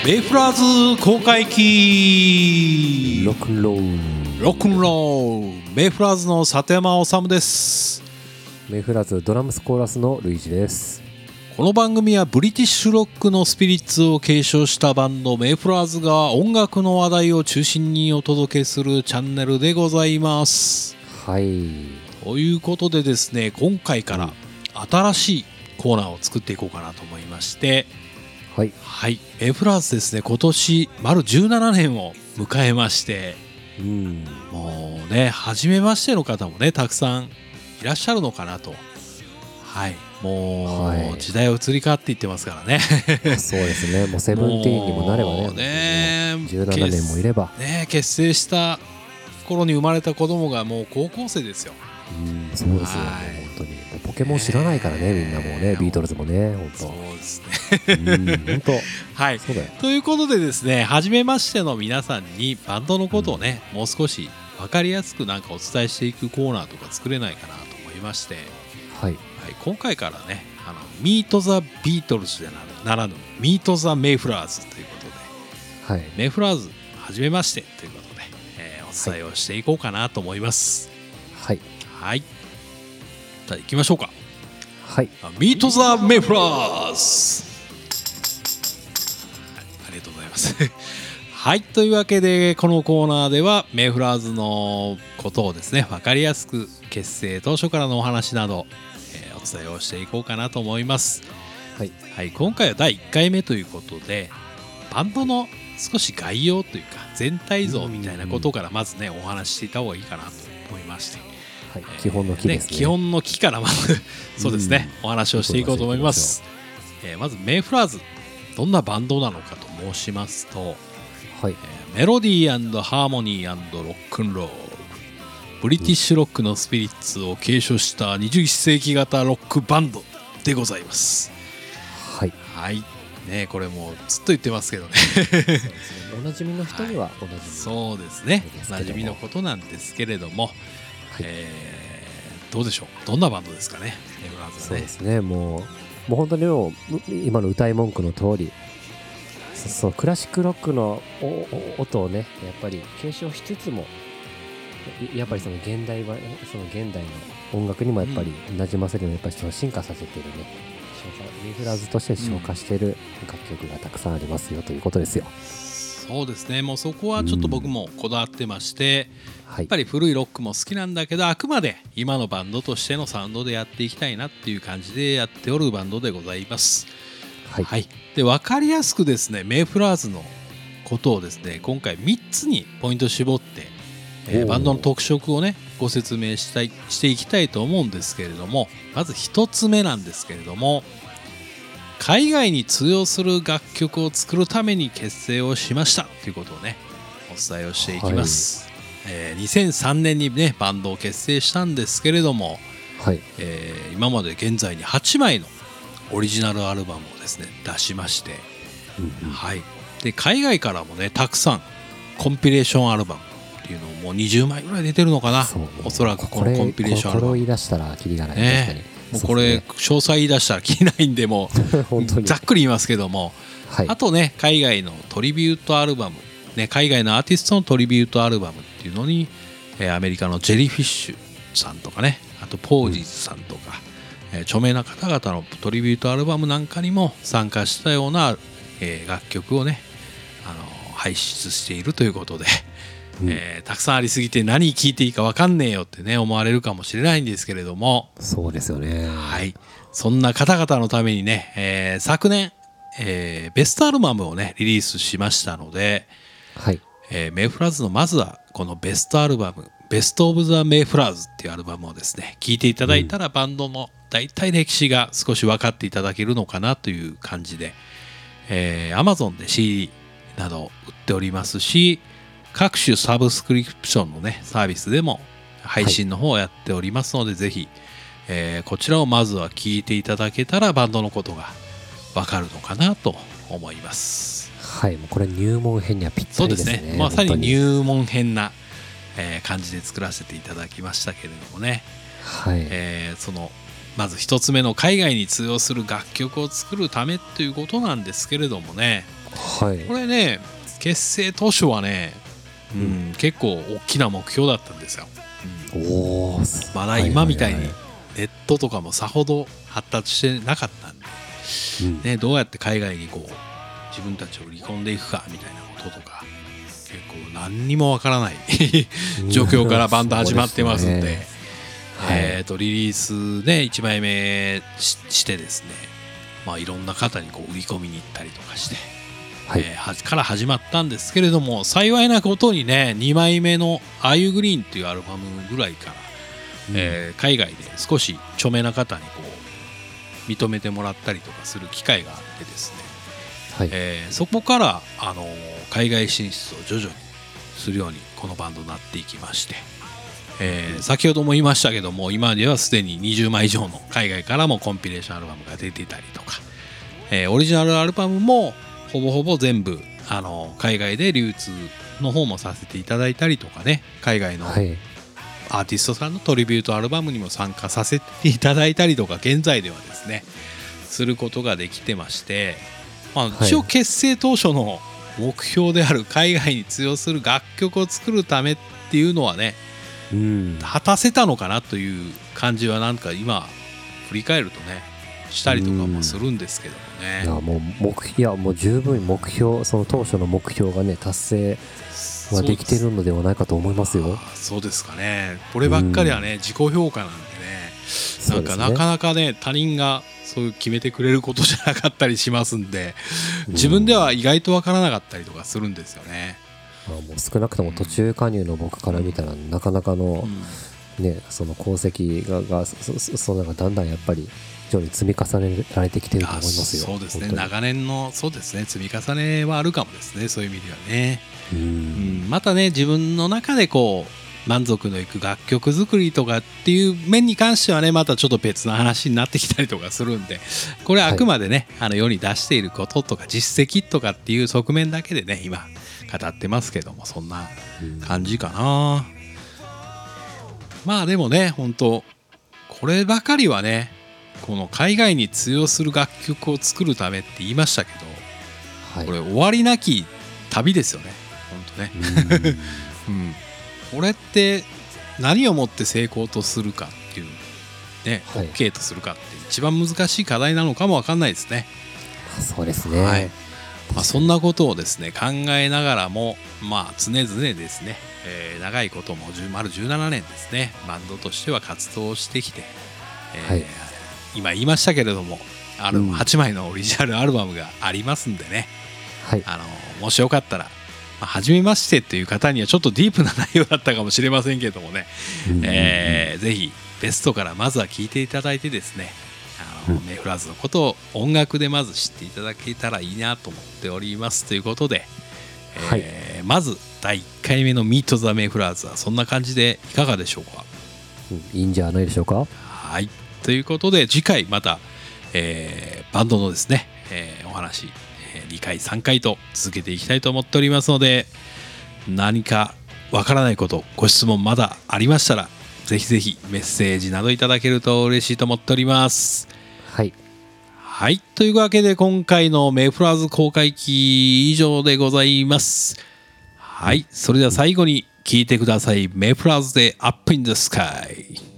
メイフラーズ公開期ロックンロールロックンロールメイフラーズの里山治です。 メイフラーズドラムスコーラスのルイジです。 この番組はブリティッシュロックのスピリッツを継承したバンドメイフラーズが音楽の話題を中心にお届けするチャンネルでございます。 はい、 ということでですね、今回から新しいコーナーを作っていこうかなと思いまして、 はい、 はい、メイフラーズですね、今年丸17年を迎えまして、もうね、初めましての方もねたくさんいらっしゃるのかなと。はい、もう時代は移り変わっていってますからねそうですね、もうセブンティーンにもなればね、17年もいればね、結成した頃に生まれた子供がもう高校生ですよ。 そうですよね、本当にポケモン知らないからね、みんなもうね、ビートルズもね、本当そうですね本当はい、 そうだよ。 ということでですね、初めましての皆さんにバンドのことをね、もう少し分かりやすくなんかお伝えしていくコーナーとか作れないかなと思いまして、 はい、 今回からね、ミート・ザ・ビートルズじゃならぬミート・ザ・メイフラーズということで、 はい、 メイフラーズはじめましてということで、お伝えをしていこうかなと思います。 はい、 はい、じゃあ行きましょうか。 はい、 ミート・ザ・メイフラーズ、はい、ありがとうございますはい、というわけでこのコーナーではメイフラーズのことをですね、分かりやすく結成当初からのお話など、お伝えをしていこうかなと思います。 はい、 はい、今回は第1回目ということで、バンドの少し概要というか全体像みたいなことからまずね、お話ししていた方がいいかなと思いまして、 はい、基本の木ですね。 基本の木からまずそうですね、お話をしていこうと思います。まずメイフラーズ、どんなバンドなのかと申しますと、 はい、 メロディー&ハーモニー&ロックンロール、ブリティッシュロックのスピリッツを継承した21世紀型ロックバンドでございます。 はい、 はいね、これもうずっと言ってますけどねおなじみの人にはおなじみ、 そうですね、おなじみのことなんですけれども、どうでしょう、どんなバンドですかね、メイフラーズはね。 そうですね、もう本当にもう今の歌い文句の通り、そうクラシックロックの音をね、やっぱり継承しつつも、やっぱりその現代の音楽にもやっぱり馴染ませるのをやっぱりその進化させているね、メイフラーズとして消化している楽曲がたくさんありますよということですよ。 そうですね、もうそこはちょっと僕もこだわってまして、やっぱりり古いロックも好きなんだけど、あくまで今のバンドとしてのサウンドでやっていきたいなっていう感じでやっておるバンドでございます。はい、で分かりやすくですね、メイフラーズのことをですね、今回3つにポイント絞って、バンドの特色をねご説明していきたいと思うんですけれども、まず1つ目なんですけれども、海外に通用する楽曲を作るために結成をしましたということをねお伝えをしていきます。2003年にねバンドを結成したんですけれども、今まで現在に8枚のオリジナルアルバムをですね出しまして、で海外からもねたくさんコンピレーションアルバムっていうのをもう20枚ぐらい出てるのかな、おそらくこのコンピレーションアルバム、 これを言い出したらキリがない、 ね、確かにもうこれ詳細言い出したらきりないんで、もうざっくり言いますけども、あとね海外のトリビュートアルバム、ね、海外のアーティストのトリビュートアルバムっていうのに、アメリカのジェリーフィッシュさんとかね、あとポージーズさんとか、著名な方々のトリビュートアルバムなんかにも参加したような、楽曲をね輩出しているということで、たくさんありすぎて何聴いていいか分かんねえよってね思われるかもしれないんですけれども、 そうですよね、 そんな方々のためにね、昨年、ベストアルバムをねリリースしましたので、メイフラーズのまずはこのベストアルバム、ベストオブザメイフラーズっていうアルバムをですね聴いていただいたら、バンドの大体歴史が少し分かっていただけるのかなという感じで、Amazon で CD など売っておりますし、各種サブスクリプションのねサービスでも配信の方をやっておりますので、ぜひ、こちらをまずは聴いていただけたらバンドのことが分かるのかなと思います。 もうこれ入門編にはぴったりですね。 そうですね、まさに入門編な、感じで作らせていただきましたけれどもね、そのまず一つ目の海外に通用する楽曲を作るためということなんですけれどもね、 はい、 これね結成当初はね、結構大きな目標だったんですよ。 おー、 まだ今みたいにネットとかもさほど発達してなかったんで、ね、どうやって海外にこう自分たちを売り込んでいくかみたいなこととか結構何にもわからない状況からバンド始まってますんで、リリースね1枚目 してですね、まあ、いろんな方にこう売り込みに行ったりとかして、から始まったんですけれども、幸いなことにね2枚目の「Are You Green」っていうアルバムぐらいから、海外で少し著名な方にこう認めてもらったりとかする機会があってですね、そこから、海外進出を徐々にするようにこのバンドになっていきまして、先ほども言いましたけども、今ではすでに20枚以上の海外からもコンピレーションアルバムが出ていたりとか、オリジナルアルバムもほぼほぼ全部海外で流通の方もさせていただいたりとかね、海外のアーティストさんのトリビュートアルバムにも参加させていただいたりとか現在ではですねすることができてまして、一応結成当初の目標である海外に通用する楽曲を作るためっていうのはね、果たせたのかなという感じはなんか今振り返るとねしたりとかもするんですけどもね。 もう十分目標、その当初の目標がね達成はできてるのではないかと思いますよ。 そうですかね。こればっかりはね、自己評価なんでね、なかなかね他人がそういう決めてくれることじゃなかったりしますんで、自分では意外とわからなかったりとかするんですよね。 もう少なくとも途中加入の僕から見たらなかなかの、その功績がそのだんだんやっぱり非常に積み重ねられてきてると思いますよ。 そうですね、長年のそうですね積み重ねはあるかもですね、そういう意味ではね。またね自分の中でこう満足のいく楽曲作りとかっていう面に関してはねまたちょっと別の話になってきたりとかするんで、これはあくまでね、世に出していることとか実績とかっていう側面だけでね今語ってますけども、そんな感じかな。まあでもね本当こればかりはねこの海外に通用する楽曲を作るためって言いましたけど、これ終わりなき旅ですよね本当ね。これって何をもって成功とするかっていうね、OK とするかって一番難しい課題なのかも分かんないですね。 そうですね。 そんなことをですね考えながらも常々ですね、長いことも丸17年ですねバンドとしては活動してきて、今言いましたけれども8枚のオリジナルアルバムがありますんでね、もしよかったら初めましてという方にはちょっとディープな内容だったかもしれませんけれどもね、ぜひベストからまずは聴いていただいてですねメイフラーズのことを音楽でまず知っていただけたらいいなと思っておりますということで、まず第1回目のミートザメイフラーズはそんな感じでいかがでしょうか。 いいんじゃないでしょうか。 ということで次回また、バンドのですね、お話、2回3回と続けていきたいと思っておりますので、何かわからないことご質問まだありましたらぜひぜひメッセージなどいただけると嬉しいと思っております。というわけで今回のメイフラーズ公開期以上でございます。それでは最後に聴いてください。メイフラーズで Up in the Sky。